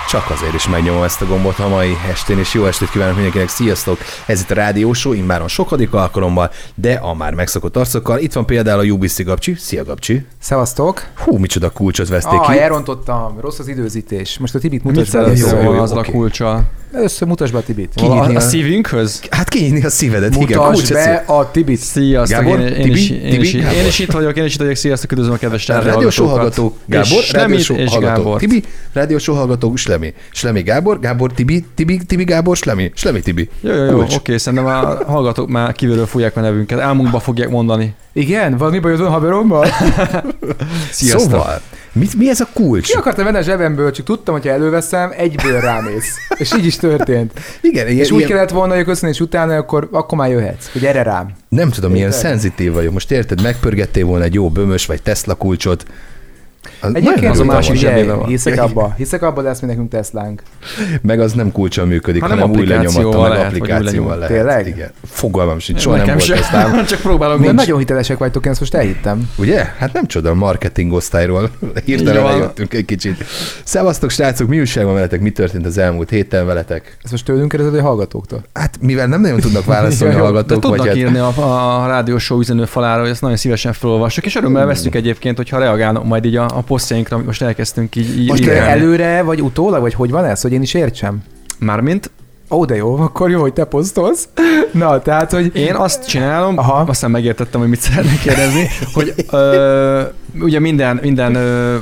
csak azért is megnyomom ezt a gombot a mai estén, és jó estét kívánok mindenkinek, sziasztok! Ez itt a Rádió Show, immáron sokadik alkalommal, de a már megszokott arcokkal. Itt van például a UBC Gabcsi. Szia Gabcsi! Szevasztok! Hú, micsoda kulcsot veszték ki. Elrontottam, rossz az időzítés. Most a Tibit mutasd be. Jó, az a kulcsa. Először mutasd be a Tibit. A szívünkhöz? Hát kinyitni a szívedet, igen. Mutasd be a Tibit. Sziasztok, Gábor, én is itt vagyok, sziasztok, üdvözlöm a kedves Rádió Show hallgatók, Gábor, Rádió Show és hallgatók, Gábor. Tibi, Rádió Show hallgatók, Slemi Gábor, Gábor Tibi, Tibi Gábor, Slemi Tibi. Jó, oké, szerintem a hallgatók már kívülről fújják a nevünket, álmunkba fogják mondani. Igen? Valami baj azon haverommal? Sziasztok. Szóval, mi ez a kulcs? Ki akartam venni a zsebemből, csak tudtam, hogy ha előveszem, egyből rámész. És így is történt. Igen, és úgy kellett volna, hogy köszönés utána, akkor már jöhetsz, hogy erre rám. Nem tudom, milyen szenzitív vagyok. Most érted, megpörgettél volna egy jó bömös vagy Tesla kulcsot. Egyébként az a másik zsebében van. Hiszek abba, lesz mi nekünk Teslánk. Meg az nem kulccsal működik, hanem új lenyomattal, meg applikációval lehet. Tényleg? Igen. Fogalmam sincs, soha nem volt Teslám. Csak próbálom. De nagyon hitelesek vagytok, én ezt most elhittem. Ugye? Hát nem csoda, a marketing osztályról hirtelen eljöttünk egy kicsit. Szevasztok, srácok, mi újság van veletek? Mi történt az elmúlt héten veletek? Ezt most tőlünk kérdezed, vagy hallgatóktól? Hát mivel nem nagyon tudnak válaszolni a hallgatók, de tudnak írni a Rádió Show üzenőfalára, hogy ezt nagyon szívesen felolvassuk, és örömmel veszünk egyébként, hogyha reagálnak majd így a posztjainkra, amit most elkezdtünk így most előre, vagy utólag, vagy hogy van ez, hogy én is értsem? Mármint? Ó, de jó, akkor jó, hogy te posztolsz. Na, tehát, hogy... Én azt csinálom, aztán megértettem, hogy mit szeretnék kérdezni, hogy ugye minden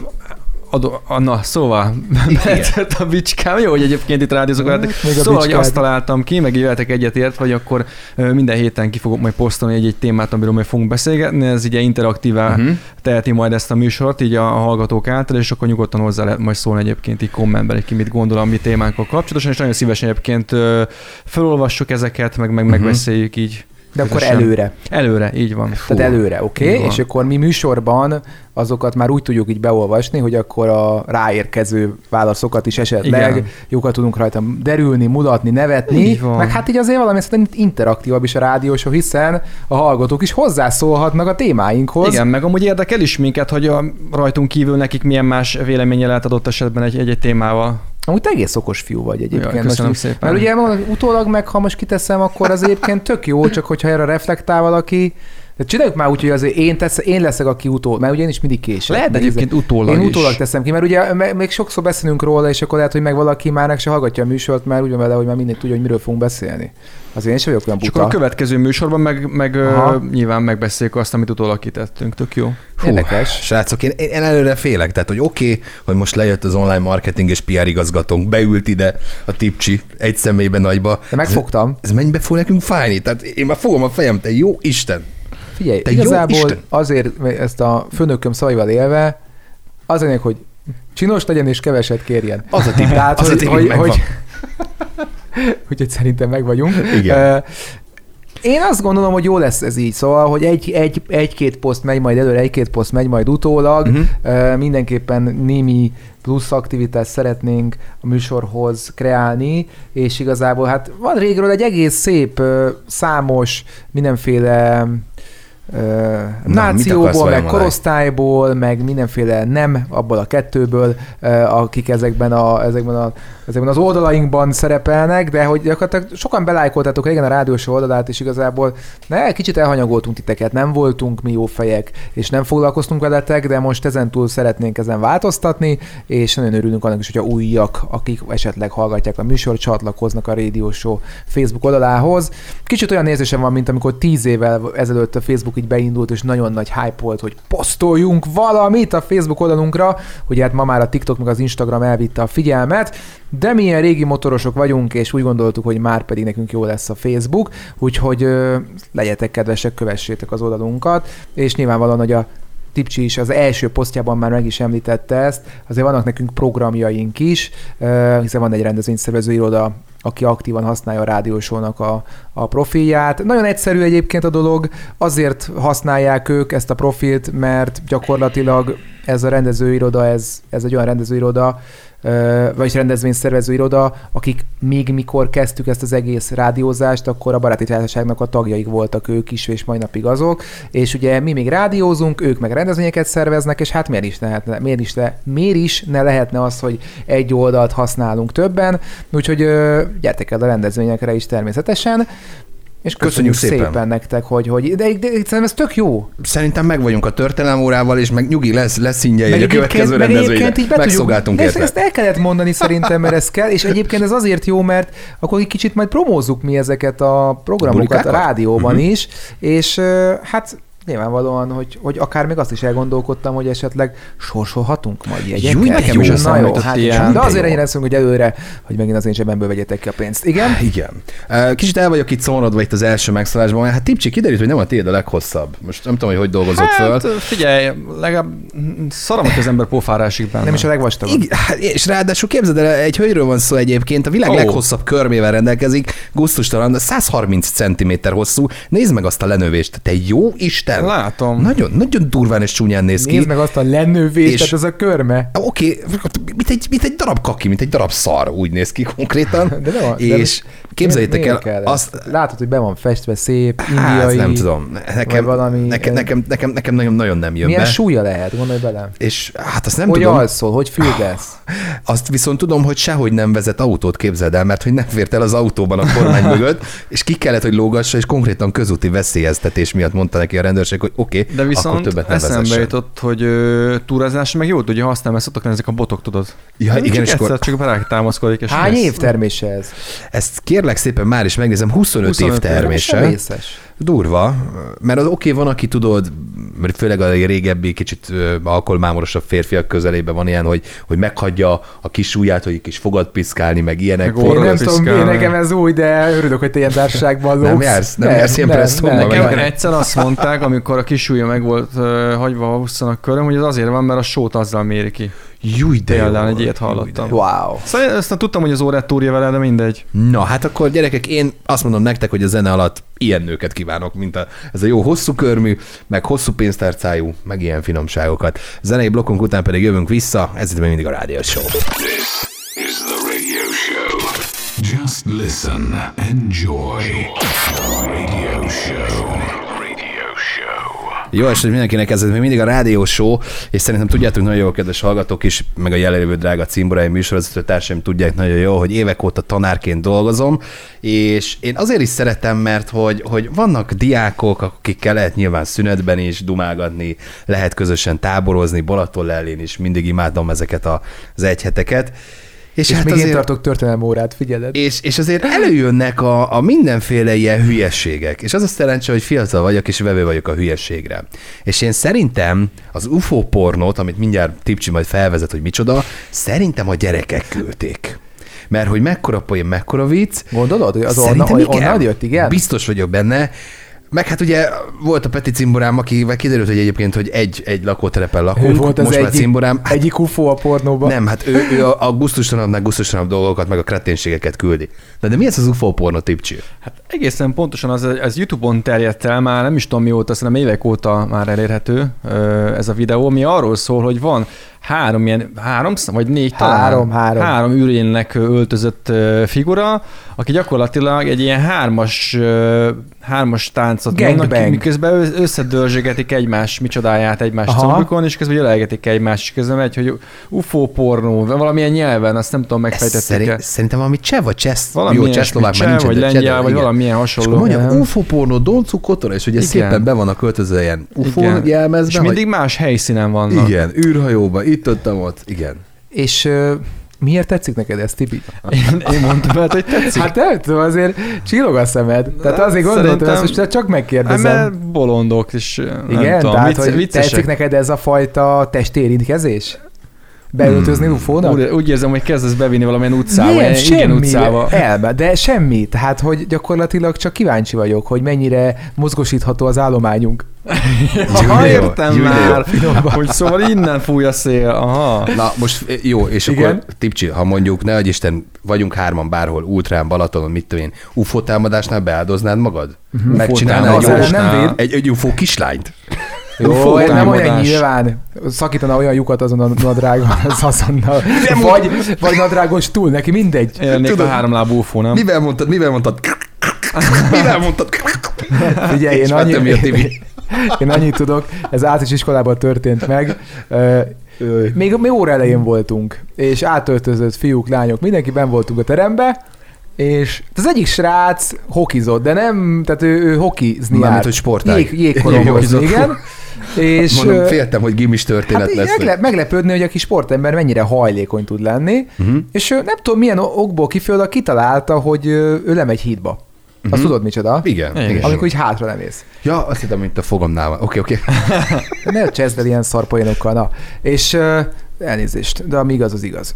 na, szóval beletört a bicskám. Jó, hogy egyébként itt rádiózok veletek. Szóval, hogy azt találtam ki, meg veletek egyetért, hogy akkor minden héten ki fogok majd posztolni egy témát, amiről majd fogunk beszélgetni. Ez ugye interaktívá teheti majd ezt a műsort, így a hallgatók által, és akkor nyugodtan hozzá lehet majd szólni egyébként így kommentben, hogy ki mit gondol a mi témánkkal kapcsolatosan, és nagyon szívesen egyébként felolvassuk ezeket, meg megbeszéljük így. De akkor előre. Előre, így van. Tehát előre, oké? És akkor mi műsorban azokat már úgy tudjuk így beolvasni, hogy akkor a ráérkező válaszokat is esetleg jókat tudunk rajta derülni, mutatni, nevetni. Meg hát így azért valami interaktívabb is a rádióshow, hiszen a hallgatók is hozzászólhatnak a témáinkhoz. Igen, meg amúgy érdekel is minket, hogy rajtunk kívül nekik milyen más véleménye lehet adott esetben egy témával. Amúgy te egész okos fiú vagy egyébként. Jaj, köszönöm szépen. Mert ugye utólag meg, ha most kiteszem, akkor az egyébként tök jó, csak hogyha erre reflektál valaki. De csináljuk már úgy, hogy azért én leszek, aki utólag, mert ugye én is mindig kések. Lehet egyébként utólag is. Én is. Utólag teszem ki, mert ugye még sokszor beszélünk róla, és akkor lehet, hogy meg valaki már se hallgatja a műsort, mert úgy van vele, hogy már mindenki tudja, hogy miről fogunk beszélni. Azért én sem vagyok olyan buta. Csak a következő műsorban meg nyilván megbeszéljük azt, amit utólag kitettünk. Tök jó. Érdekes. Srácok, én előre félek, tehát hogy oké, hogy most lejött az online marketing és PR igazgatónk, beült ide a Tipcsi egy személyben nagyba. De megfogtam. Ez mennyibe fog nekünk fájni? Tehát én már fogom a fejem, te jó Isten. Figyelj, te igazából azért ezt a főnököm szavaival élve, az lényeg, hogy csinos legyen és keveset kérjen. Az a tipp, tehát, az hogy szerintem meg vagyunk. Igen. Én azt gondolom, hogy jó lesz ez így, szóval, hogy egy-két poszt megy majd előre, egy-két poszt megy majd utólag. Mindenképpen némi plusz aktivitást szeretnénk a műsorhoz kreálni, és igazából hát van régről egy egész szép, számos, mindenféle nációból, meg korosztályból, meg mindenféle nem abból a kettőből, akik ezekben az oldalainkban szerepelnek, de hogy gyakorlatilag sokan belájkoltátok régen a Rádió Show oldalát, és igazából kicsit elhanyagoltunk titeket, nem voltunk mi jó fejek, és nem foglalkoztunk veletek, de most ezentúl szeretnénk ezen változtatni, és nagyon örülünk annak is, hogyha újak, akik esetleg hallgatják a műsort, csatlakoznak a Rádió Show Facebook oldalához. Kicsit olyan érzésem van, mint amikor 10 évvel ezelőtt a Facebook így beindult, és nagyon nagy hype volt, hogy posztoljunk valamit a Facebook oldalunkra, hogy hát ma már a TikTok meg az Instagram elvitte a figyelmet, de milyen régi motorosok vagyunk, és úgy gondoltuk, hogy már pedig nekünk jó lesz a Facebook, úgyhogy legyetek kedvesek, kövessétek az oldalunkat, és nyilvánvalóan, hogy a Tipcsi is az első posztjában már meg is említette ezt, azért vannak nekünk programjaink is, hiszen van egy rendezvényszervező iroda, aki aktívan használja a Rádió Show-nak a profilját. Nagyon egyszerű egyébként a dolog, azért használják ők ezt a profilt, mert gyakorlatilag ez a rendezőiroda, ez egy olyan rendezőiroda, vagyis rendezvényszervező iroda, akik még mikor kezdtük ezt az egész rádiózást, akkor a Baráti Társaságnak a tagjaik voltak ők is, és mai napig azok, és ugye mi még rádiózunk, ők meg rendezvényeket szerveznek, és hát miért is ne lehetne az, hogy egy oldalt használunk többen, úgyhogy gyertek el a rendezvényekre is természetesen, és köszönjük szépen nektek, hogy de szerintem ez tök jó. Szerintem meg vagyunk a történelemórával, és meg nyugi lesz ingyen a következő rendezvényre. Megszolgáltunk érte. Ezt el kellett mondani szerintem, mert ez kell, és egyébként ez azért jó, mert akkor egy kicsit majd promózzuk mi ezeket a programokat a rádióban is, és hát nyilvánvalóan, hogy akár még azt is elgondolkodtam, hogy esetleg sorsolhatunk majd jegyeket. Jó, nekem is számított ilyen. De azért ennyire leszünk, hogy előre, hogy megint az én zsebemből vegyetek ki a pénzt. Igen? Igen. Kicsit el vagyok itt szomorodva itt az első megszólásban, mert hát Tipcsi, kiderült, hogy nem a tiéd a leghosszabb. Most nem tudom, hogy dolgozott föl. Figyelj, legalább szarom, hogy az ember pofára esik benne. Nem is a legvastagabb. És ráadásul képzeld el, egy hölgyről van szó egyébként, a világ leghosszabb körmével rendelkezik, gusztustalan, 130 cm hosszú. Nézd meg azt a lenövést, te jó Isten! Látom. Nagyon durván és csúnyán néz ki. Nézd meg azt a lenövést, tehát az a körme. Oké, mint egy darab kaki, mint egy darab szar, úgy néz ki konkrétan. És képzeljétek el azt... Látod, hogy be van festve szép, indiai... nem tudom. Nekem nagyon nem jön milyen be. súlya lehet, gondolj bele. És hát azt nem hogy tudom. Hogy alszol, hogy fürgesz. Azt viszont tudom, hogy sehogy nem vezet autót, képzeld el, mert hogy nem fért el az autóban a kormány mögött, és ki kellett, hogy lógassa, és konkrétan közúti veszélyeztetés miatt mondta neki a rendőrség, hogy oké, de viszont akkor többet nem eszembe jutott, hogy túrázás meg jó tudja használni, mert szoktak ezek a botok, tudod. Ja, igen, és akkor... csak rátámaszkodik. És hány év termése ez? Ezt kérlek szépen már is megnézem, 25 év termése. Durva, mert az van, aki tudod, mert főleg a régebbi, kicsit alkoholmámorosabb férfiak közelében van ilyen, hogy meghagyja a kis ujját, hogy kis fogad piszkálni, meg ilyenek. Én nem tudom, nekem ez új, de örülök, hogy te ilyen társaságban lógsz. Nem jársz ilyen presszóban. Nekem egyszer azt mondták, amikor a kis ujja meg volt hagyva a husszanak köröm, hogy az azért van, mert a sót azzal méri ki. Júj, de például egy ilyet hallottam. Wow. Szóval aztán tudtam, hogy az órát túrja vele, de mindegy. Na, hát akkor gyerekek, én azt mondom nektek, hogy a zene alatt ilyen nőket kívánok, mint ez a jó hosszú körmű, meg hosszú pénztárcájú, meg ilyen finomságokat. Zenei blokkunk után pedig jövünk vissza, ez itt még mindig a rádió show. This is the radio show. Just listen, enjoy. Radio show. Jó estét mindenkinek, ez még mindig a rádió show, és szerintem tudjátok nagyon jó, kedves hallgatók is, meg a jelenlévő drága címboráim, műsorvezető társaim tudják nagyon jó, hogy évek óta tanárként dolgozom, és én azért is szeretem, mert hogy vannak diákok, akikkel lehet nyilván szünetben is dumálgatni, lehet közösen táborozni, Balatonlellén is, mindig imádom ezeket az egyheteket. És hát még azért, én tartok történelmórát, figyeled. És azért előjönnek a mindenféle ilyen hülyességek. És az a szerencse, hogy fiatal vagyok, és vevő vagyok a hülyességre. És én szerintem az UFO pornót, amit mindjárt Tipcsi majd felvezet, hogy micsoda, szerintem a gyerekek küldték. Mert hogy mekkora poén, mekkora vicc. Gondolod, hogy az onnan jött, igen? Biztos vagyok benne. Meg hát ugye volt a Peti cimborám, akivel kiderült, hogy egyébként, hogy egy lakótelepen lakunk. Ő volt most az már cimborám. Egyik UFO a pornóban. Nem, hát ő a gusztustalanabb dolgokat, meg a kreténségeket küldi. De mi ez az UFO pornó, Tipcsi? Hát egészen pontosan az YouTube-on terjedt el, már nem is tudom mióta, szerintem évek óta már elérhető ez a videó, ami arról szól, hogy van három vagy négy talán? Három űrlénynek öltözött figura, aki gyakorlatilag egy ilyen hármas táncot mondnak, miközben összedörzsögetik egymás micsodáját egymás combjukon, és közben ölelgetik egymást, és közben megy, hogy UFO pornó, valamilyen nyelven, azt nem tudom, megfejtették. Szerintem valami cseh vagy csesz, valami cseh, vagy lengyel, vagy valamilyen hasonló. És akkor mondja, UFO pornó, Doncu Kotora, és ugye szépen be vannak költözve ilyen UFO jelmezben. És mindig más helyszínen vannak. Igen, űrhajóban, itt-ott, igen. És miért tetszik neked ez, Tibi? Én mondtam veled, hogy tetszik. Hát nem tudom, azért csillog a szemed. Tehát azért gondoltam, ezt most csak megkérdezem. Mert bolondok, és igen, tudom, tehát hogy tetszik neked ez a fajta testérintkezés? Beöltözni UFO-nak? Úgy érzem, hogy kezdesz bevinni valamilyen utcába. Nem, semmi, de semmi. Tehát, hogy gyakorlatilag csak kíváncsi vagyok, hogy mennyire mozgosítható az állományunk. Értem már, hogy szóval innen fúj a szél. Aha. Na most jó, és igen? Akkor Tipcsi, ha mondjuk, ne adj Isten, vagyunk hárman bárhol, Ultrán, Balatonon, mit tudom én, UFO támadásnál beáldoznád magad? Megcsinálnál egy UFO kislányt? Jó, nem olyan nyilván. Szakítana olyan lyukat azon a nadrágon, az azonnal. Vagy nadrágos túl, neki mindegy. Élnék a háromlábú UFO, nem? Mivel mondtad? Figyelj, én annyit tudok, ez általános iskolában történt meg. Még óra elején voltunk, és átöltözött fiúk, lányok, mindenki benn voltunk a terembe, és az egyik srác hokizott, de nem, tehát ő hokizni járt. hogy sportág. Jégkoronghoz, igen. És mondom, féltem, hogy gimis történet lesz. Meglepődni, hogy a kis sportember mennyire hajlékony tud lenni, és nem tudom milyen okból kifolyólag kitalálta, hogy ő lemegy hídba. Azt tudod micsoda? Igen. Amikor így hátra nem ész. Ja, azt hittem, mint a fogamnál van. Oké. Ne cseszd el ilyen szarpoénokkal, na. És elnézést, de ami igaz, az igaz.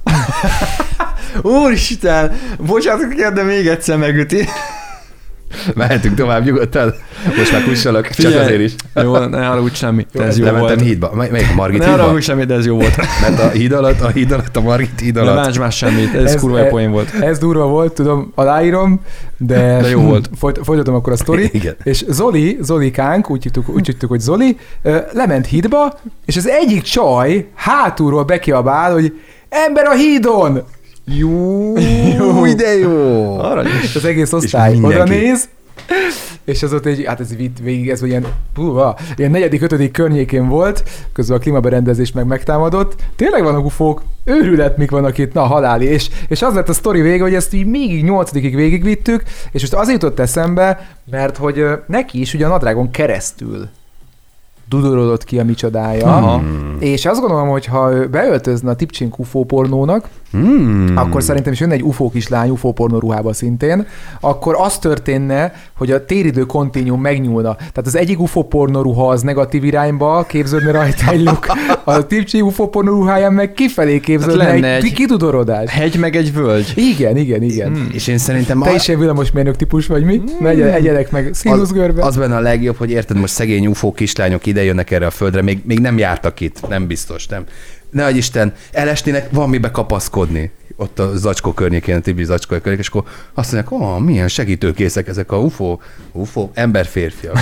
Úristen! Bocsánat, de még egyszer megüti. Mehetünk tovább nyugodtan. Most már kussolok, csak azért is. Jó, ne haragudj semmi, de ez jó volt. Lementem hídba. Melyik a Margit hídba? Ne haragudj semmi, de ez jó volt. Mert a híd alatt, a Margit híd alatt. Nem más semmit, ez kurva jó poén volt. Ez durva volt, tudom, aláírom, de jó volt. Folytatom akkor a sztorit. Igen. És Zolikánk, úgy hívtuk, hogy Zoli, lement hídba, és az egyik csaj hátulról bekiabál, hogy ember a hídon! Jó, de jó! És az egész osztály oda néz, és az ott egy, hát ez vitt végig, ez ilyen 4.-5. környékén volt, közben a klímaberendezés megtámadott. Tényleg vannak ufók, őrület mik vannak itt, na haláli. És az lett a sztori vége, hogy ezt így még 8-ig végigvittük, és most azért jutott eszembe, mert hogy neki is ugye a nadrágon keresztül dudorodott ki a micsodája, és azt gondolom, hogy ha ő beöltözne a Tipcsink UFO pornónak, akkor szerintem is jönne egy UFO kislány UFO pornó ruhába szintén, akkor az történne, hogy a téridő kontinuum megnyúlna. Tehát az egyik UFO pornó ruha az negatív irányba képződne rajta egy luk, a Tipcsi UFO pornó ruháján meg kifelé képződne egy kidudorodás. Hegy meg egy völgy. Igen. És én szerintem... Te is egy villamosmérnök típus vagy mi? Egyedek meg színuszgörbe. Az benne a legjobb, hogy érted, most szegény UFO kislányok ide jönnek erre a földre, még nem jártak itt, nem biztos, nem. Nehogy Isten, elesnének, van mibe kapaszkodni. Ott a zacskó környékén, a Tibi zacskó környékén, és akkor azt mondják, milyen segítőkészek ezek a UFO ember-férfiak.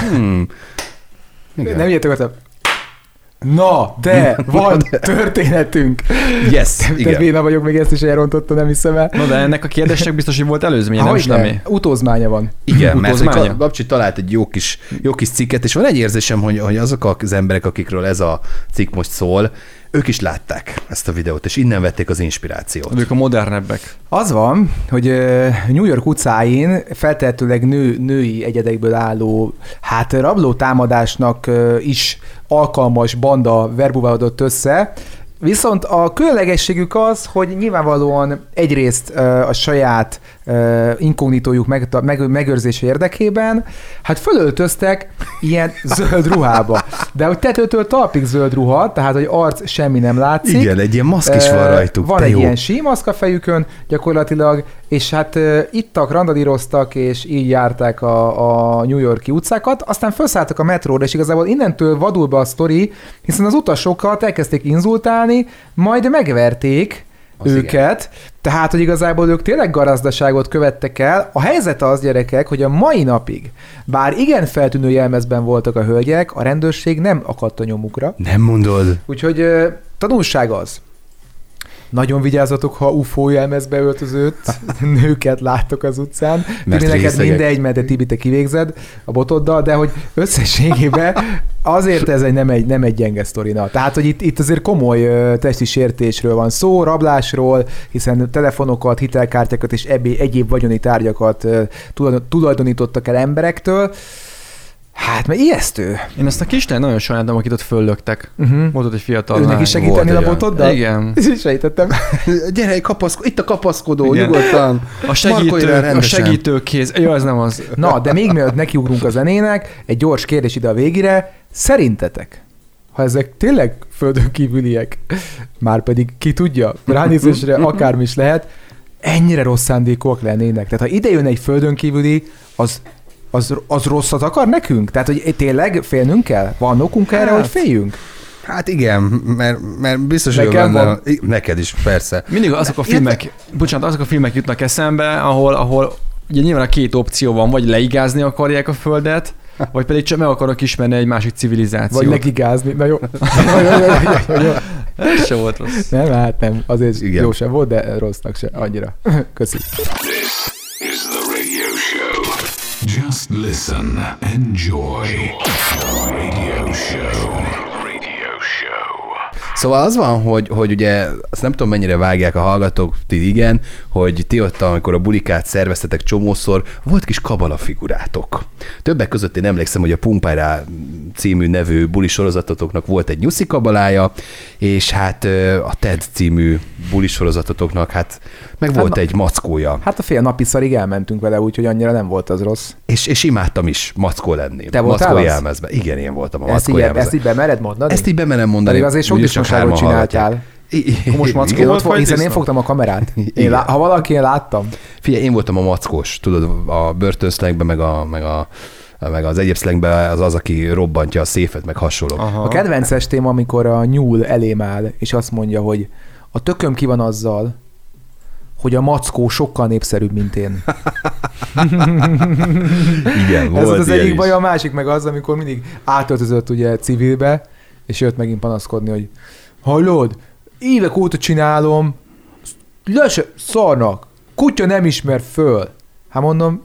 Nem írtak, na, de van történetünk. Yes, igen. Te béna vagyok, még ezt is elrontotta, nem hiszem el. Na, de ennek a kérdésnek biztos, hogy volt előzménye, nem is nem. Utózmánya van. Igen, mert Gabcsi talált egy jó kis cikket, és van egy érzésem, hogy azok az emberek, akikről ez a cikk most szól, ők is látták ezt a videót, és innen vették az inspirációt. Ők a modernebbek. Az van, hogy New York utcáin feltehetőleg női egyedekből álló, rabló támadásnak is alkalmas banda verbuválódott össze, viszont a különlegességük az, hogy nyilvánvalóan egyrészt a saját inkognitójuk megőrzése érdekében, fölöltöztek ilyen zöld ruhába. De hogy tetőtől talpig zöld ruha, tehát hogy arc semmi nem látszik. Igen, egy ilyen maszk is van rajtuk. Van egy ilyen símaszk a fejükön gyakorlatilag, és ittak, randalíroztak, és így járták a New York-i utcákat, aztán felszálltak a metróra, és igazából innentől vadul be a sztori, hiszen az utasokat elkezdték inzultálni, majd megverték őket, igen. Tehát, hogy igazából ők tényleg garazdaságot követtek el. A helyzet az, gyerekek, hogy a mai napig, bár igen feltűnő jelmezben voltak a hölgyek, a rendőrség nem akadt a nyomukra. Nem mondod. Úgyhogy tanulság az. Nagyon vigyázzatok, ha UFO jelmezbe öltözött nőket láttok az utcán. Tibi, neked mindegy, mert Tibi, te kivégzed a botoddal, de hogy összességében azért ez nem egy gyenge sztorina. Tehát, hogy itt azért komoly testi sértésről van szó, rablásról, hiszen telefonokat, hitelkártyákat és egyéb vagyoni tárgyakat tulajdonítottak el emberektől. Mert ijesztő. Én ezt a kislányt nagyon sajnáltam, akit ott föllöktek. Volt ott egy fiatal lány. Őnek is segíteni a botoddal? Igen. Ezt is sejtettem. Gyere, itt a kapaszkodó, igen. Nyugodtan. A segítőkéz. Jó, ez nem az. Na, de még mielőtt nekiugrunk a zenének, egy gyors kérdés ide a végére. Szerintetek, ha ezek tényleg földön kívüliek, már pedig ki tudja, ránézésre akármi is lehet, ennyire rossz szándékúak lennének. Tehát ha ide jön egy földön kívüli, az rosszat akar nekünk? Tehát, hogy tényleg félnünk kell? Van okunk erre, hogy féljünk? Hát igen, mert biztos, hogy benne. Neked is, persze. Mindig azok a filmek jutnak eszembe, ahol ugye nyilván a két opció van, vagy leigázni akarják a földet, Vagy pedig csak meg akarok ismerni egy másik civilizációt. Vagy nekigázni. Na jó. Jó. Ez se volt rossz. Nem, hát nem. Azért Igen. jó sem volt, de rossznak se annyira. Köszi. This is the radio show. Just listen, enjoy. Radio show. Radio show. Szóval az van, hogy ugye, azt nem tudom mennyire vágják a hallgatók, ti igen, hogy ti ott, amikor a bulikát szerveztetek csomószor, volt kis kabala figurátok. Többek között én emlékszem, hogy a Pumpára című nevű buli sorozatotoknak volt egy nyuszi kabalája, és hát a TED című buli sorozatotoknak hát meg volt egy mackója. Hát a fél napi szarig elmentünk vele, úgyhogy annyira nem volt az rossz. És imádtam is mackó lenni. Te voltál mackó az? jelmezben. Igen, én voltam a Ezt mackó jelmezben. így bemered mondani? Ezt így bemerem mondani. Pedig azért sok úgyis csak biztonságot hárman csináltál. hallgatják. Most mackó Igen. ott volt, hiszen én Disznó. fogtam a kamerát. Igen. Ha valaki, én láttam. Figyelj, én voltam a mackós, tudod, a börtönszlengben, meg az egyéb szlengben az, aki robbantja a széfet, meg hasonlók. Aha. A kedvenc estém, amikor a nyúl elém áll, és azt mondja, hogy a tököm ki van azzal, hogy a mackó sokkal népszerűbb, mint én. Igen, Ez volt az ilyen egyik is. baj, a másik meg az, amikor mindig átöltözött ugye civilbe, és jött megint panaszkodni, hogy hallod, évek óta csinálom, szarnak, kutya nem ismer föl. Hát mondom,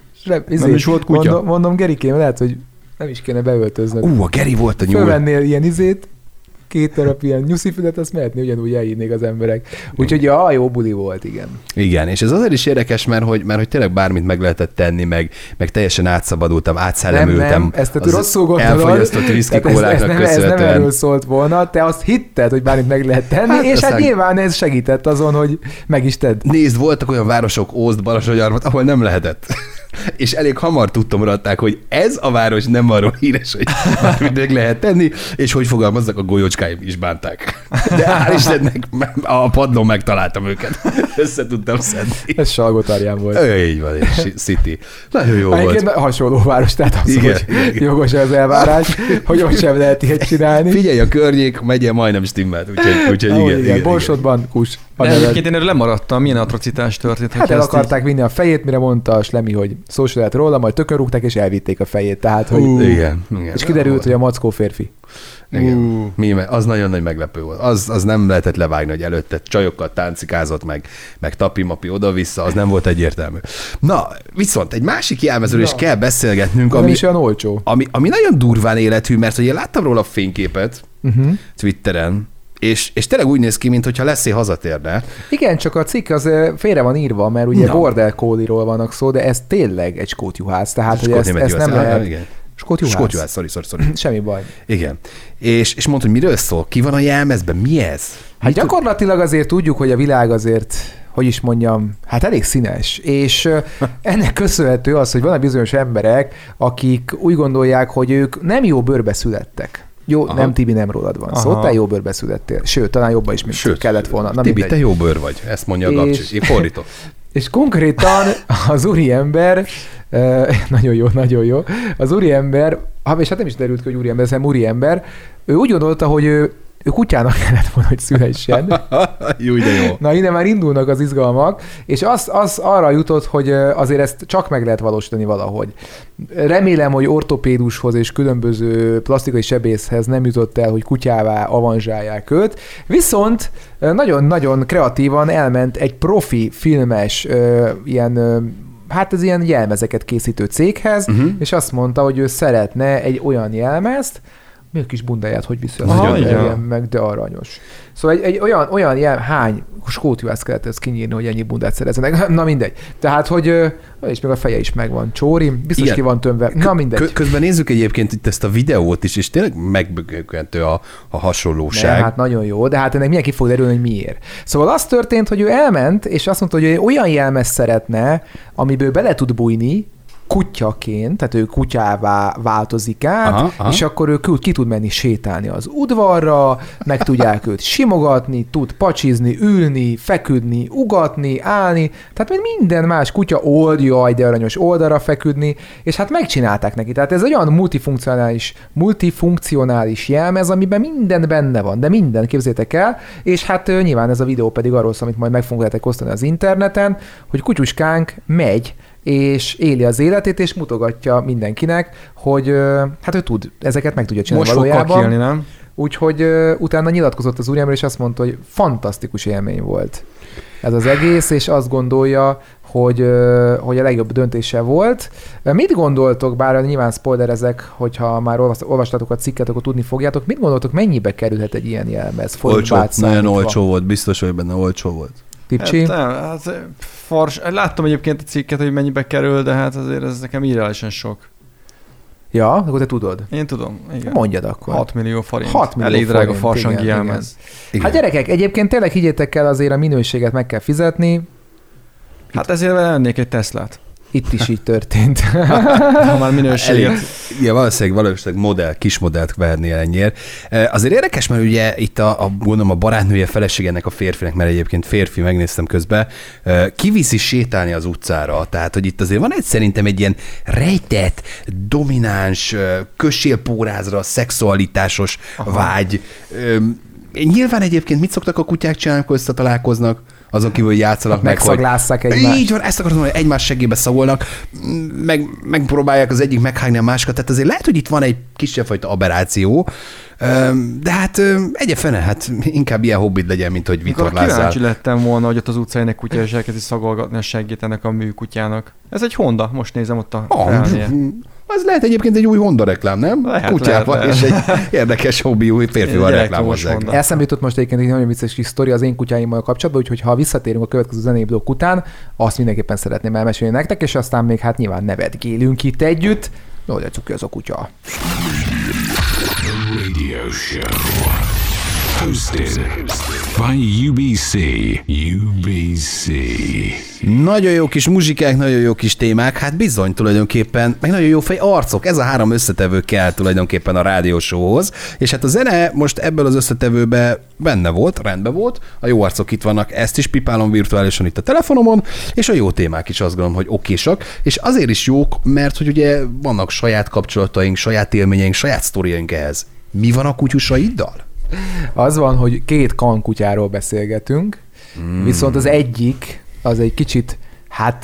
Nem is volt kutya. Mondom, Gerikém, lehet, hogy nem is kéne beöltöznöd. A Geri volt a nyúl. Fölvennél ilyen izét, 2 darab ilyen nyuszifület, azt mehetni, ugyanúgy elhívnék az emberek. Úgyhogy jó buli volt, igen. Igen, és ez azért is érdekes, mert hogy tényleg bármit meg lehetett tenni, meg teljesen átszabadultam, átszellemültem. Nem, ezt te az rosszul gondolod. elfogyasztott viszkikóláknak ez nem köszönhetően. erről szólt volna, te azt hitted, hogy bármit meg lehet tenni, Hát, és hát aztán- nyilván ez segített azon, hogy meg is tedd. Nézd, voltak olyan városok, Ózd, Balassagyarmat, ahol nem lehetett. És elég hamar tudtomradták, hogy ez a város nem arról híres, hogy bármit meg lehet tenni, és hogy fogalmazzak, a golyócskáim is bánták. De hál' Istennek a padlón megtaláltam őket. Össze tudtam szedni. Ez Salgótarján volt. Így van, és City. Nagyon jó Egyébként volt. hasonló város, tehát az, Igen, hogy igen. jogos az elvárás, hogy ott sem lehet ilyet csinálni. Figyelj, a környék megye majdnem stimmelt, úgyhogy Ahogy igen. Borsodban kus. a De neved. egyébként én erről lemaradtam, milyen atrocitás történt. Hát hogyha el ezt akarták vinni a fejét, mire mondta a Slemi, hogy szó se lehet róla, majd tökön rúgták, és elvitték a fejét. Tehát, hogy... Igen. És kiderült, hogy a mackó férfi. Igen. Az nagyon nagy meglepő volt. Az nem lehetett levágni, hogy előtte csajokkal táncikázott, meg tapi-mapi oda-vissza, az nem volt egyértelmű. Na, viszont egy másik jelmezről is kell beszélgetnünk, Nem is olyan olcsó. ami nagyon durván élethű, mert hogy én láttam róla a fényképet Twitteren, és tényleg úgy néz ki, mintha Leszé hazatérne. Igen, csak a cikk az félre van írva, mert ugye Na. Border Collie-ról vannak szó, de ez tényleg egy skótjuhász, tehát hogy ezt nem lehet... Igen. Skótjuhász. Skótjuhász, sorry. Semmi baj. Igen. És mondta, hogy miről szól? Ki van a jelmezben? Mi ez? Hát gyakorlatilag azért tudjuk, hogy a világ azért, hogy is mondjam, hát elég színes, és ennek köszönhető az, hogy van bizonyos emberek, akik úgy gondolják, hogy ők nem jó bőrbe születtek. Jó, Aha. nem Tibi, nem rólad van. Szóval te jó bőrbe születtél. Sőt, talán jobban is, mint kellett volna. Na, Tibi, mindegy. te jó bőr vagy, ezt mondja a És- Gabcsi. Én fordítok. És konkrétan az úriember, nagyon jó, az úriember, és hát nem is derült ki, hogy úriember, hanem úriember, ő úgy gondolta, hogy ő kutyának kellett volna, hogy szülessen. Jó, de jó. Na, innen már indulnak az izgalmak, és az arra jutott, hogy azért ezt csak meg lehet valósítani valahogy. Remélem, hogy ortopédushoz és különböző plastikai sebészhez nem jutott el, hogy kutyává avanzsálják őt, viszont nagyon-nagyon kreatívan elment egy profi filmes hát ez ilyen jelmezeket készítő céghez, és azt mondta, hogy ő szeretne egy olyan jelmezt, mi a kis bundáját, hogy viszi Nagyon, igen. meg, de aranyos. Szóval egy olyan hány skótjuhász kellett ezt kinyírni, hogy ennyi bundát szerezzenek. Na mindegy. Tehát, hogy és még a feje is megvan. Csóri, biztos Igen. ki van tömve. Na mindegy. Közben nézzük egyébként itt ezt a videót is, és tényleg megbökkentő a hasonlóság. Nem, hát nagyon jó, de hát ennek mindenki fog derülni, hogy miért. Szóval az történt, hogy ő elment, és azt mondta, hogy ő olyan jelmezt szeretne, amiből bele tud bújni, kutyaként, tehát ő kutyává változik át, Aha. és akkor ő ki tud menni sétálni az udvarra, meg tudják őt simogatni, tud pacsizni, ülni, feküdni, ugatni, állni, tehát mint minden más kutya jaj, de aranyos oldalra feküdni, és hát megcsinálták neki. Tehát ez egy olyan multifunkcionális jelmez, amiben minden benne van, de minden, képzétek el, és hát nyilván ez a videó pedig arról szól, amit majd meg fogunk osztani az interneten, hogy kutyuskánk megy és éli az életét, és mutogatja mindenkinek, hogy hát ő tud, ezeket meg tudja csinálni valójában. Most fog kakilni, nem? Úgyhogy utána nyilatkozott az úriember, és azt mondta, hogy fantasztikus élmény volt ez az egész, és azt gondolja, hogy a legjobb döntése volt. Mit gondoltok, bár nyilván spoilerezek, hogyha már olvastatok a cikket, akkor tudni fogjátok, mit gondoltok, mennyibe kerülhet egy ilyen jelmez? Olcsó, nagyon olcsó volt, biztos, hogy benne olcsó volt. Tipcsi? Láttam egyébként a cikket, hogy mennyibe kerül, de hát azért ez nekem irreálisan sok. Ja, akkor te tudod. Én tudom, igen. Mondjad akkor. 6 millió forint. 6 millió elég drága forint, farsangi jelmez. Hát gyerekek, egyébként tényleg higgyétek el, azért a minőséget meg kell fizetni. Hát ezért vennék egy Teslát. Itt is így történt. Ha már minőséget. Ja, valószínűleg kis modellt verni ennyiért. Azért érdekes, mert ugye itt gondolom a barátnője, feleségenek, a férfinek, mert egyébként férfi, megnéztem közben, kiviszi sétálni az utcára. Tehát, hogy itt azért van szerintem egy ilyen rejtett, domináns, közsélpórázra, szexualitásos vágy. Nyilván egyébként mit szoktak a kutyák csinálni, amikor összetalálkoznak? Azon kívül, hogy játszanak meg, hogy... Megszaglásszák egymást. Így van, ezt akartam mondani, hogy egymás segébe szagolnak, megpróbálják az egyik meghágni a másikat, tehát azért lehet, hogy itt van egy kisebb fajta aberráció, de hát egyefene, hát inkább ilyen hobbit legyen, mint hogy vitorlázzál. Kíváncsi lettem volna, hogy ott az utcán egy kutya, és elkezdi szagolgatni a seggét ennek a műkutyának. Ez egy Honda, most nézem ott a az lehet egyébként egy új Honda reklám, nem? Kutyával, és egy érdekes hobbi új férfival reklámozzák. Eszembe jutott most egyébként egy nagyon vicces kis sztori az én kutyáimmal kapcsolatban, úgyhogy ha visszatérünk a következő zenei blokk után, azt mindenképpen szeretném elmesélni nektek, és aztán még hát nyilván nevetgélünk itt együtt. No, de cuki az a kutya. Radio show. Hosted by UBC. Nagyon jó kis muzsikák, nagyon jó kis témák, hát bizony tulajdonképpen, meg nagyon jó fej arcok, ez a három összetevő kell tulajdonképpen a rádiósóhoz, és hát a zene most ebből az összetevőben benne volt, rendben volt, a jó arcok itt vannak, ezt is pipálom virtuálisan itt a telefonomon, és a jó témák is azt gondolom, hogy okésak, és azért is jók, mert hogy ugye vannak saját kapcsolataink, saját élményeink, saját sztoriaink ehhez. Mi van a kutyusaiddal? Az van, hogy 2 kankutyáról beszélgetünk, viszont az egyik, az egy kicsit, hát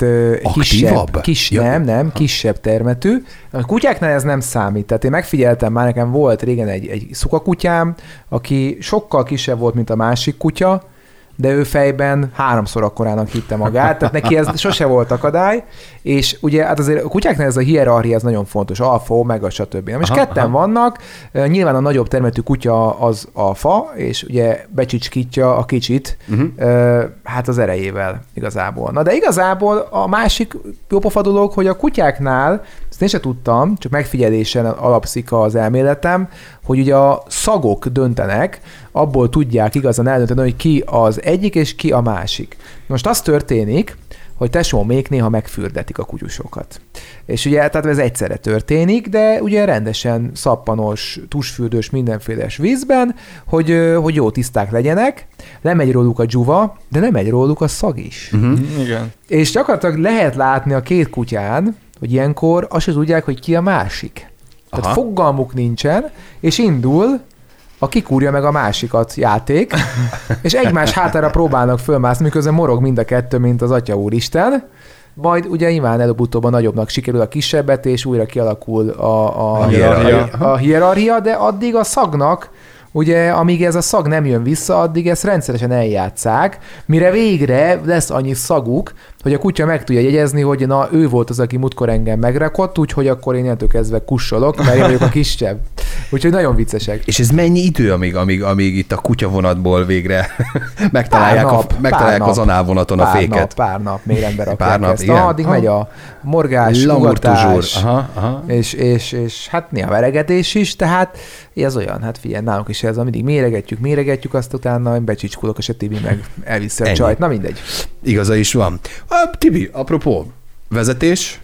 kisebb termetű. A kutyáknál ez nem számít. Tehát én megfigyeltem már, nekem volt régen egy szukakutyám, aki sokkal kisebb volt, mint a másik kutya, de ő fejben 3-szor akkorának hitte magát, tehát neki ez sose volt akadály, és ugye hát azért a kutyáknál ez a hierarchia ez nagyon fontos, alfa, omega, stb. És ketten vannak, nyilván a nagyobb termetű kutya az alfa, és ugye becsicskítja a kicsit, hát az erejével igazából. Na de igazából a másik jópofa dolog, hogy a kutyáknál, ezt én sem tudtam, csak megfigyelésen alapszik az elméletem, hogy ugye a szagok döntenek, abból tudják igazán eldönteni, hogy ki az egyik és ki a másik. Most az történik, hogy tesómék néha megfürdetik a kutyusokat. És ugye, tehát ez egyszerre történik, de ugye rendesen szappanos, tusfürdős, mindenféles vízben, hogy jó tiszták legyenek, lemegy róluk a dzsuva, de nem megy róluk a szag is. Igen. És gyakorlatilag lehet látni a 2 kutyán, hogy ilyenkor azt se tudják, hogy ki a másik. Tehát fogalmuk nincsen, és indul a kikúrja meg a másikat játék, és egymás hátára próbálnak fölmászni, miközben morog mind a kettő, mint az Atya Úristen. Majd ugye nyilván előbb-utóbb a nagyobbnak sikerül a kisebbet, és újra kialakul a hierarchia, de addig a szagnak, ugye, amíg ez a szag nem jön vissza, addig ezt rendszeresen eljátszák, mire végre lesz annyi szaguk, hogy a kutya meg tudja jegyezni, hogy na, ő volt az, aki múltkor engem megrakott, úgyhogy akkor én innentől kezdve kussolok, mert én vagyok a kisebb. Úgyhogy nagyon viccesek. És ez mennyi idő, amíg itt a kutyavonatból végre megtalálják az análvonaton a féket? Pár nap, még rendbe rakják ezt. Addig megy a morgás, ugatás, és hát néha veregetés is, tehát ez olyan, hát figyelj, nálunk is ez, mindig méregetjük, azt utána becsicskulok, és a Tibi meg elviszi a csajt. Na mindegy. Igaza is van. Tibi, apropó, vezetés?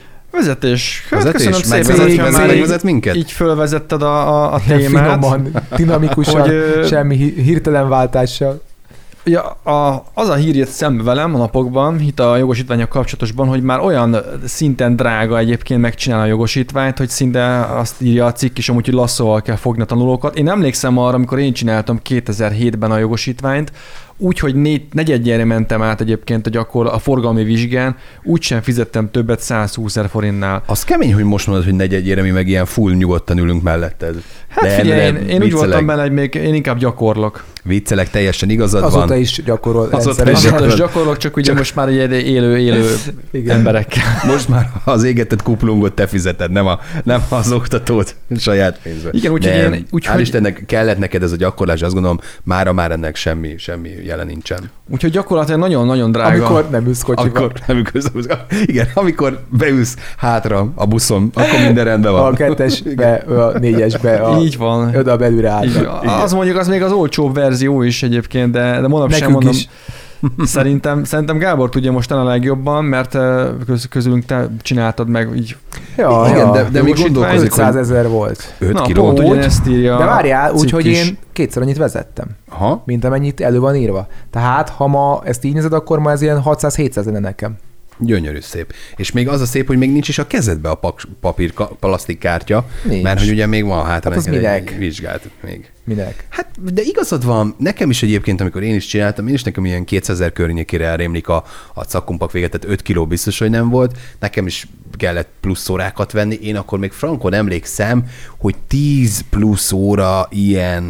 Köszönöm szépen, megvezet minket? Így fölvezetted a témát. Finoman, dinamikusan, semmi hirtelen váltással. Ja, az a hír jött szembe velem a napokban, itt a jogosítványak kapcsolatosban, hogy már olyan szinten drága egyébként megcsinálni a jogosítványt, hogy szinte azt írja a cikk is, amúgy, hogy lasszóval kell fogni a tanulókat. Én emlékszem arra, amikor én csináltam 2007-ben a jogosítványt, úgyhogy negyedjére mentem át egyébként a forgalmi vizsgán, úgysem fizettem többet 120 000 forintnál. Az kemény, hogy most mondod, hogy negyedjére mi meg ilyen full nyugodtan ülünk melletted. Hát figyelj, én úgy voltam benne, hogy még én inkább gyakorlok. Viccelek, teljesen igazad van. Azóta is gyakorol. Azóta is gyakorlok, csak ugye most már egy élő emberekkel. Most már az égetett kuplungot te fizeted, nem az oktatót saját pénzbe. Igen, úgyhogy hál' Istennek kellett neked ez a gyakorlás, azt gondolom, mára ennek semmi jelen nincsen. Úgyhogy gyakorlatilag nagyon-nagyon drága. Amikor nem ülsz kocsiba. Igen, amikor beülsz hátra a buszon, akkor minden rendben van. A 2-esbe, a 4-esbe, így van. Oda belülre állnak. Az mondjuk az még az olcsóbb verzió is egyébként, de manap sem mondom. Is. Szerintem Gábor tudja most a legjobban, mert közülünk te csináltad meg így. Ja, igen, de még gondolkozik, 500 000 volt. 5 kiló. Pont ugyanezt írja. De várjál, úgyhogy én kétszer annyit vezettem, mint amennyit elő van írva. Tehát ha ma ezt így nézed, akkor ma ez ilyen 600-700 lenne nekem. Gyönyörű szép. És még az a szép, hogy még nincs is a kezedbe a papír plastikkártya, mert hogy ugye még van hátra egy vizsgált még. Minek? Hát, de igazad van, nekem is egyébként, amikor én is csináltam, nekem ilyen 200 környékére elrémlik a szakkumpak véget, tehát 5 kiló biztos, hogy nem volt. Nekem is kellett plusz órákat venni. Én akkor még frankon emlékszem, hogy 10 plusz óra ilyen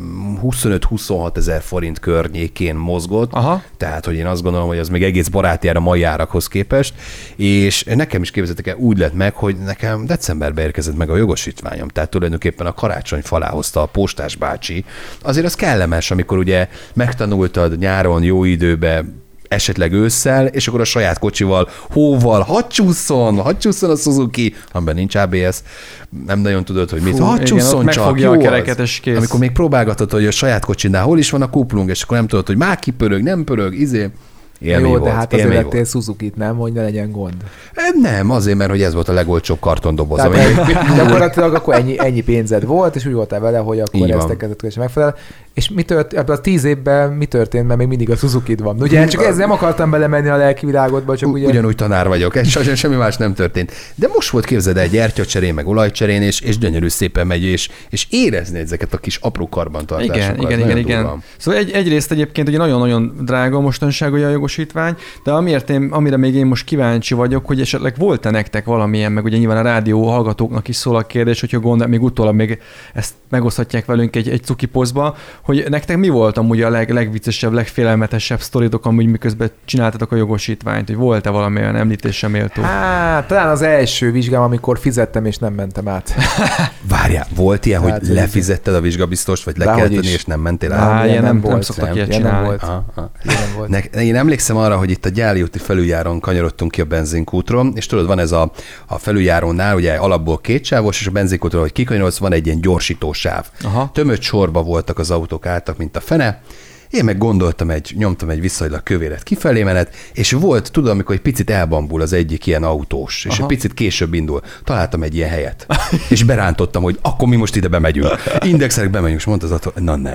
25-26 000 forint környékén mozgott. Aha. Tehát, hogy én azt gondolom, hogy az még egész barátjára mai árakhoz képest. És nekem is képzeltek el, úgy lett meg, hogy nekem decemberben érkezett meg a jogosítványom. Tehát tulajdonképpen a karácsony falá hozta a postás bácsi. Azért az kellemes, amikor ugye megtanultad nyáron jó időbe, esetleg ősszel, és akkor a saját kocsival, hóval, hadd csúszson a Suzuki, amiben nincs ABS, nem nagyon tudod, hogy mit. Hadd csúszson csak, megfogja a kereket, és kész. Amikor még próbálgatod, hogy a saját kocsinál hol is van a kuplung, és akkor nem tudod, hogy már kipörög, nem pörög, Élmény jó, volt, de hát azért lettél Suzukit, nem? Hogy ne legyen gond. Nem, azért, mert hogy ez volt a legolcsóbb kartondoboz. Gyakorlatilag akkor ennyi pénzed volt, és úgy voltál vele, hogy akkor ezt a kezetközösen megfelel. És ebben a 10 évben mi történt, mert még mindig a Suzukid van. Ugye csak ez nem akartam belemenni a lelki világodba, csak ugye... Ugyanúgy tanár vagyok, semmi más nem történt. De most volt, képzeld el, gyertyacserén, meg olajcserén, és gyönyörű szépen megy, és érezni ezeket a kis apró karbantartásokat. Igen. Szóval egyrészt egyébként ugye nagyon-nagyon drága mostanság ugye a jogosítvány, de amire még én most kíváncsi vagyok, hogy esetleg volt-e nektek valamilyen, meg ugye nyilván a rádió hallgatóknak is szól a kérdés, hogyha gondol, még utólag még ezt megoszthatják velünk egy cuki posztba, hogy nektek mi volt amúgy a legviccesebb, legfélelmetesebb sztoritok, amúgy miközben csináltatok a jogosítványt, hogy volt-e valamilyen említésre méltó? Hát, talán az első vizsgám, amikor fizettem és nem mentem át. Várjál, volt ilyen, hogy lefizetted a vizsgabiztost, vagy le kellett tenni, és nem mentél át? Ilyen nem szoktak ilyet csinálni. Én emlékszem arra, hogy itt a Gyáli úti felüljáron kanyarodtunk ki a benzinkútról, és tudod, van ez a felüljárónál, ugye alapból kétsávos, és a benzinkútról, hogy kikanyarodsz, van egy ilyen gyorsítósáv. Tömött sorba voltak az autók, álltak, mint a fene. Én meg gondoltam, nyomtam egy viszonylag kövéret kifelé menet, és volt, tudom, amikor egy picit elbambul az egyik ilyen autós, és egy picit később indul. Találtam egy ilyen helyet, és berántottam, hogy akkor mi most ide bemegyünk. Indexelek bemegyünk, és mondta az autó,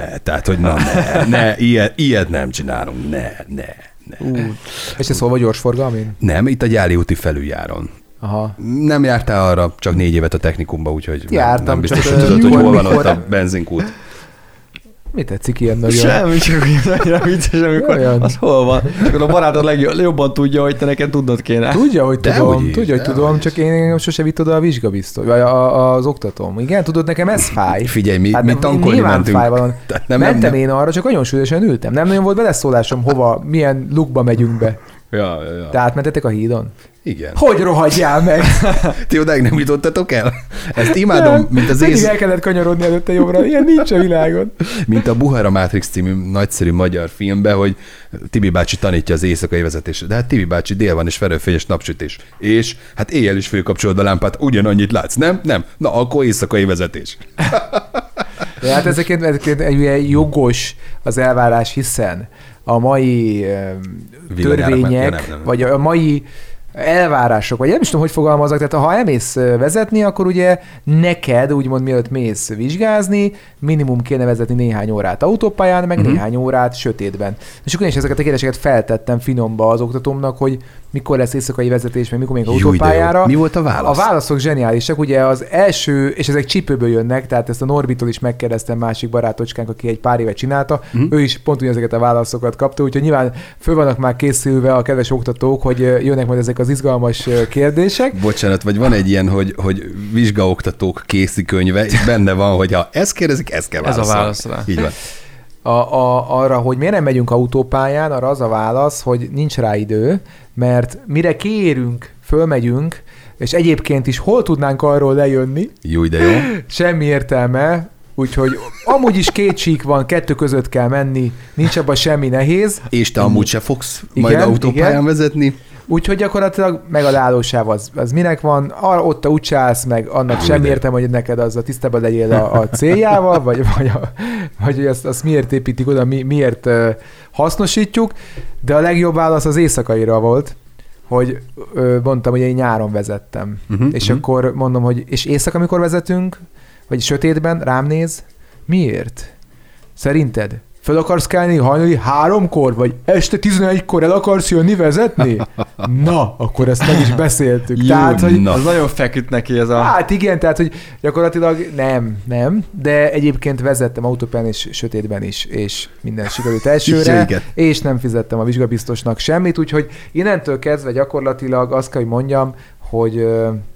ilyet nem csinálunk, ne. És ez hol vagy gyorsforgalmin? Nem, itt a Gyáli úti felüljáron. Aha. Nem jártál arra, csak 4 évet a technikumba, úgyhogy nem biztos, hogy tudod, hogy hol van ott a benzinkút. Mi tetszik ilyen nagyon? Semmi, csak olyan vicces, amikor az hol van. Akkor a barátod legjobban tudja, hogy te neked tudnod kéne. Tudja, hogy tudom, csak én sose vitt oda a vizsgabiztos, vagy az oktatóm. Igen, tudod, nekem ez fáj. Figyelj, mi tankolni mentünk. Mentem én arra, csak nagyon súlyosan ültem. Nem nagyon volt beleszólásom, hova, milyen lukba megyünk be. Ja. Te átmentetek a hídon? Igen. Hogy rohadjál meg? Ti odáig nem jutottatok el? Ezt imádom, mint az Mindig el kellett kanyarodni előtte jobbra. Ilyen nincs a világon. Mint a Buhara Matrix című nagyszerű magyar filmben, hogy Tibi bácsi tanítja az éjszakai vezetést. De hát Tibi bácsi dél van, és felőfényes napsütés. És hát éjjel is fölkapcsolod a lámpát, ugyanannyit látsz, nem? Nem. Na, akkor éjszakai vezetés. De hát ezeket egy jogos az elvárás, hiszen a mai törvények, vagy a mai elvárások, vagy nem is tudom, hogy fogalmazok, tehát ha elmész vezetni, akkor ugye neked, úgymond mielőtt mész vizsgázni, minimum kéne vezetni néhány órát autópályán, meg néhány órát sötétben. És akkor én is ezeket a kérdéseket feltettem finomba az oktatómnak, hogy mikor lesz éjszakai vezetés, meg mikor még autópályára. Mi volt a válasz? A válaszok zseniálisak, ugye az első, és ezek csípőből jönnek, tehát ezt a Norbitól is megkérdeztem, másik barátocskánk, aki egy pár éve csinálta, ő is pont ugyanezeket a válaszokat kapta, úgyhogy nyilván föl vannak már készülve a kedves oktatók, hogy jönnek majd ezek az izgalmas kérdések. Bocsánat, vagy van egy ilyen, hogy vizsgaoktatók kézikönyve, és benne van, hogy ha ezt kérdezik, ezt kell válaszolni. Ez a válasz rá. Így van. Arra, hogy miért nem megyünk autópályán, arra az a válasz, hogy nincs rá idő, mert mire kiérünk, fölmegyünk, és egyébként is hol tudnánk arról lejönni? Jó, de jó. Semmi értelme, úgyhogy amúgy is 2 sík van, 2 között kell menni, nincs abban semmi nehéz. És te amúgy se fogsz majd autópályán vezetni. Úgyhogy gyakorlatilag megadállósáv az minek van, ott úgy állsz meg, annak semmi értelme, hogy neked az a tisztában legyél a céljával, vagy hogy azt miért építik oda, miért hasznosítjuk, de a legjobb válasz az éjszakaira volt, hogy mondtam, hogy én nyáron vezettem. És akkor mondom, hogy és éjszaka amikor vezetünk, vagy sötétben rám néz, miért? Szerinted? Föl akarsz kelni hajnali 3-kor, vagy este 11-kor el akarsz jönni vezetni? Na, akkor ezt meg is beszéltük. Jó, tehát, hogy az nagyon feküdt neki ez a... Hát igen, tehát, hogy gyakorlatilag nem, de egyébként vezettem autópályán és sötétben is, és minden sikerült elsőre, és nem fizettem a vizsgabiztosnak semmit, úgyhogy innentől kezdve gyakorlatilag azt kell, hogy mondjam, hogy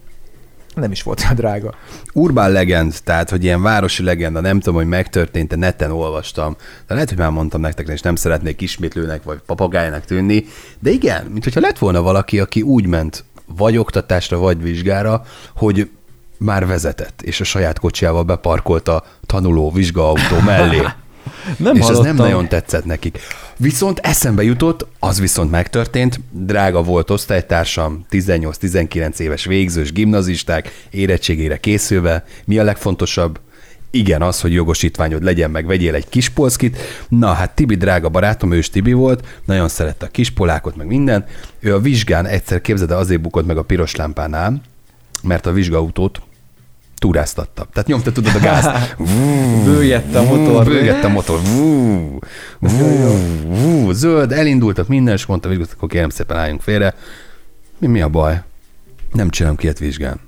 nem is volt olyan drága. Urban legend, tehát, hogy ilyen városi legenda, nem tudom, hogy megtörtént, neten olvastam, de lehet, hogy már mondtam nektek, és nem szeretnék ismétlőnek, vagy papagájnak tűnni, de igen, mint hogyha lett volna valaki, aki úgy ment vagy oktatásra, vagy vizsgára, hogy már vezetett, és a saját kocsijával beparkolt a tanuló vizsgaautó mellé. És ez nem nagyon tetszett nekik. Viszont eszembe jutott, az viszont megtörtént, drága volt osztálytársam, 18-19 éves végzős gimnazisták, érettségére készülve. Mi a legfontosabb? Igen, az, hogy jogosítványod legyen, meg vegyél egy kispolszkit. Na, hát Tibi drága barátom, ő is Tibi volt, nagyon szerette a kispolákot, meg minden. Ő a vizsgán egyszer, képzeld, azért bukott meg a piros lámpánál, mert a vizsgaautót túráztatta. Tehát nyomta, tudod, a gázt. Bőgette a motor. Zöld, elindultak minden, és mondta, hogy akkor kérem szépen álljunk félre. Mi a baj? Nem csinálom ki ilyet vizsgán.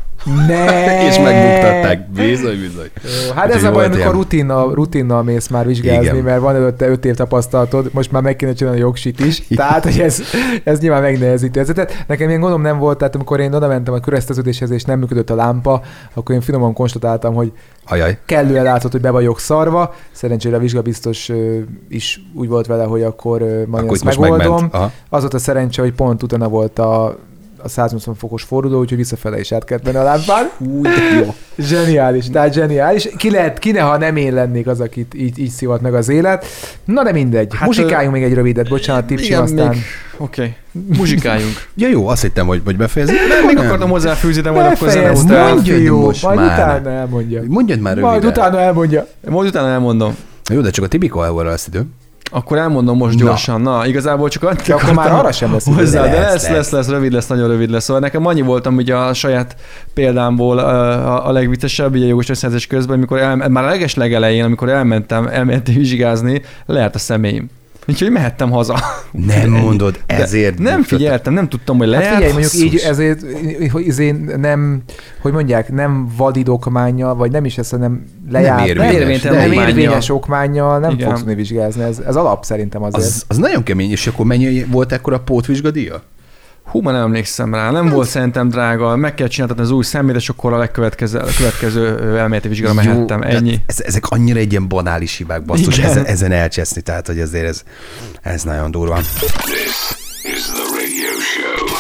És megbuktatták. Bizony. Hát ez a baj, amikor rutinnal mész már vizsgázni, igen. Mert van előtte 5 év tapasztalatod, most már meg kéne csinálni a jogsit is. Tehát, hogy ez nyilván megnehezítő. Tehát nekem ilyen gondom nem volt, tehát amikor én oda mentem a köröztetődéshez, és nem működött a lámpa, akkor én finoman konstatáltam, hogy kellően látszott, hogy be vagyok szarva. Szerencsére a vizsgabiztos is úgy volt vele, hogy akkor majd ezt megoldom. Az volt a szerencse, hogy pont utána volt a 180 fokos forduló, úgyhogy visszafele is át kellett menni a lámpán. Jó. Zseniális, tehát zseniális. Ki ne, ha nem én lennék az, akit így szívott meg az élet. Na de mindegy. Hát muzsikáljunk még egy rövidet, bocsánat, Tipsi, aztán... Oké. Muzsikáljunk. Ja jó, azt hittem, hogy befejezni. Még akartam hozzáfűzni, de majd akkor zene után. Majd utána elmondja. Mondjad már röviden. Majd utána elmondom. Jó, de csak a Tibiko elvorra lesz idő. Akkor elmondom most gyorsan. Na igazából csak annyit akkor már arra sem lesz hozzá, de lesz, rövid lesz, nagyon rövid lesz. Szóval nekem annyi voltam ugye a saját példámból a legviccesebb, ugye jogos összeszerzés közben, amikor már a legelején, amikor elmentem vizsgázni, lejárt a személyim. Úgyhogy mehettem haza. Nem mondod, ezért. Nem figyeltem, nem tudtam, hogy lejárt. Hát figyelj, mondjuk így ezért, hogy nem, hogy mondják, nem valid okmánnyal, vagy nem is ezt, hanem lejárt. Nem érvényes okmánnyal nem fogsz tudni vizsgázni. Ez alap szerintem azért. Az nagyon kemény, és akkor mennyi volt ekkor a pótvizsgadíja? Hú, már nem emlékszem rá. Nem volt szerintem drága. Meg kell csináltatni az új szemét, és akkor a következő elméleti vizsgára mehettem. Ennyi. Ezek annyira egy ilyen banális hibák, basszus, ezen elcseszni, tehát hogy azért ez nagyon durva. This is the radio show.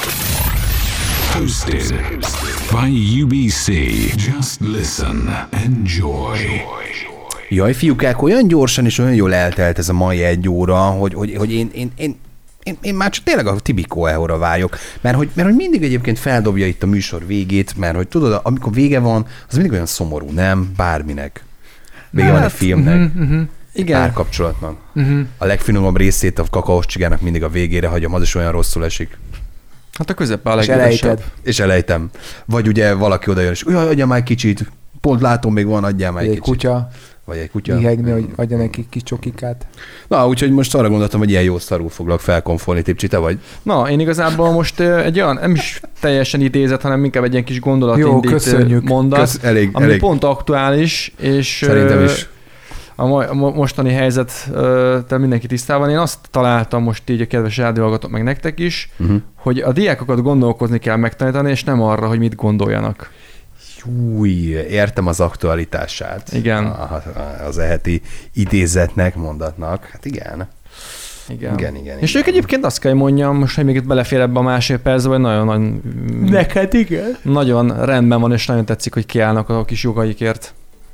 Hosted by UBC. Just listen. Enjoy. Jaj, fiúkák, olyan gyorsan és olyan jól eltelt ez a mai 1 óra, hogy én már csak tényleg a Tibiko Eóra vágyok, mert hogy mindig egyébként feldobja itt a műsor végét, mert hogy tudod, amikor vége van, az mindig olyan szomorú, nem? Bárminek. Vége van egy filmnek, párkapcsolatnak. A legfinomabb részét a kakaós csigának mindig a végére hagyom, az is olyan rosszul esik. Hát a közepe a És legédesebb. elejted. És elejtem. Vagy ugye valaki oda jön, és adjál már egy kicsit, pont látom, még van, adjál már egy Egy kicsit. kutya, Vagy egy kutya. hihegni, hogy adja neki kis csokikát. Na, úgyhogy most arra gondoltam, hogy ilyen jó szarul foglak felkonfolni, Tipcsi, te vagy. Na, én igazából most egy olyan, nem is teljesen idézet, hanem inkább egy ilyen kis Jó, gondolatindít köszönjük. mondat, ami elég. pont aktuális, és Szerintem is. a mostani helyzettel mindenki tisztában. Én azt találtam most így a kedves rádióhallgatók, meg nektek is, hogy a diákokat gondolkozni kell megtanítani, és nem arra, hogy mit gondoljanak. Új, értem az aktualitását. Igen. Az eheti idézetnek, mondatnak. Hát igen. Igen. És ők egyébként azt kell, hogy mondjam, most, hogy még itt belefér ebbe a másfél percbe, hogy nagyon-nagyon... Neked igen? Nagyon rendben van, és nagyon tetszik, hogy kiállnak a kis jogaikért.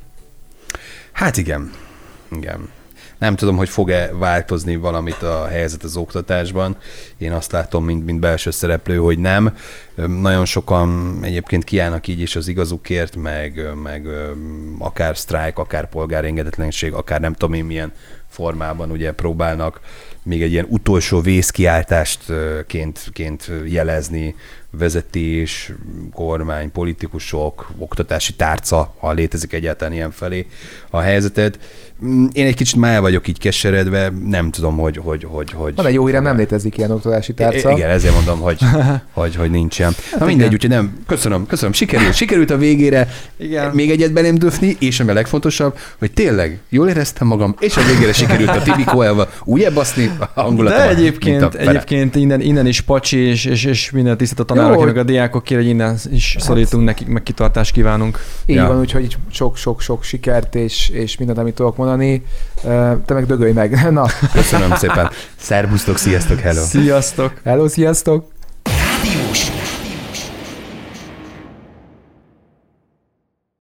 Hát igen. Nem tudom, hogy fog-e változni valamit a helyzet az oktatásban. Én azt látom, mint belső szereplő, hogy nem. Nagyon sokan egyébként kiállnak így is az igazukért, meg akár sztrájk, akár polgárengedetlenség, akár nem tudom én milyen formában ugye próbálnak még egy ilyen utolsó vészkiáltástként jelezni vezetés, kormány, politikusok, oktatási tárca, ha létezik egyáltalán ilyen felé a helyzetet. Én egy kicsit már vagyok így keseredve, nem tudom, hogy... Van egy jó hírem, nem létezik ilyen oktatási tárca. Igen, ezért mondom, hogy nincsen. Na mindegy, úgyhogy nem, köszönöm, sikerült a végére. Igen. Még egyet belém döfni, és ami a legfontosabb, hogy tényleg jól éreztem magam, és a végére sikerült a Tibikó elva úgy ebaszni a hangulatomat. De egyébként innen is Pacsi, és minden tisztelt a tanárok, meg a diákok kér, hogy innen is szorítunk nekik, meg kitartást kívánunk. Így van, úgyhogy sok sikert, és mindent, amit tudok mondani. Te meg dögölj meg. Na. Köszönöm szépen. Szervusztok, sziasztok, hello. Sziasztok. Hello, sziasztok. Rádiós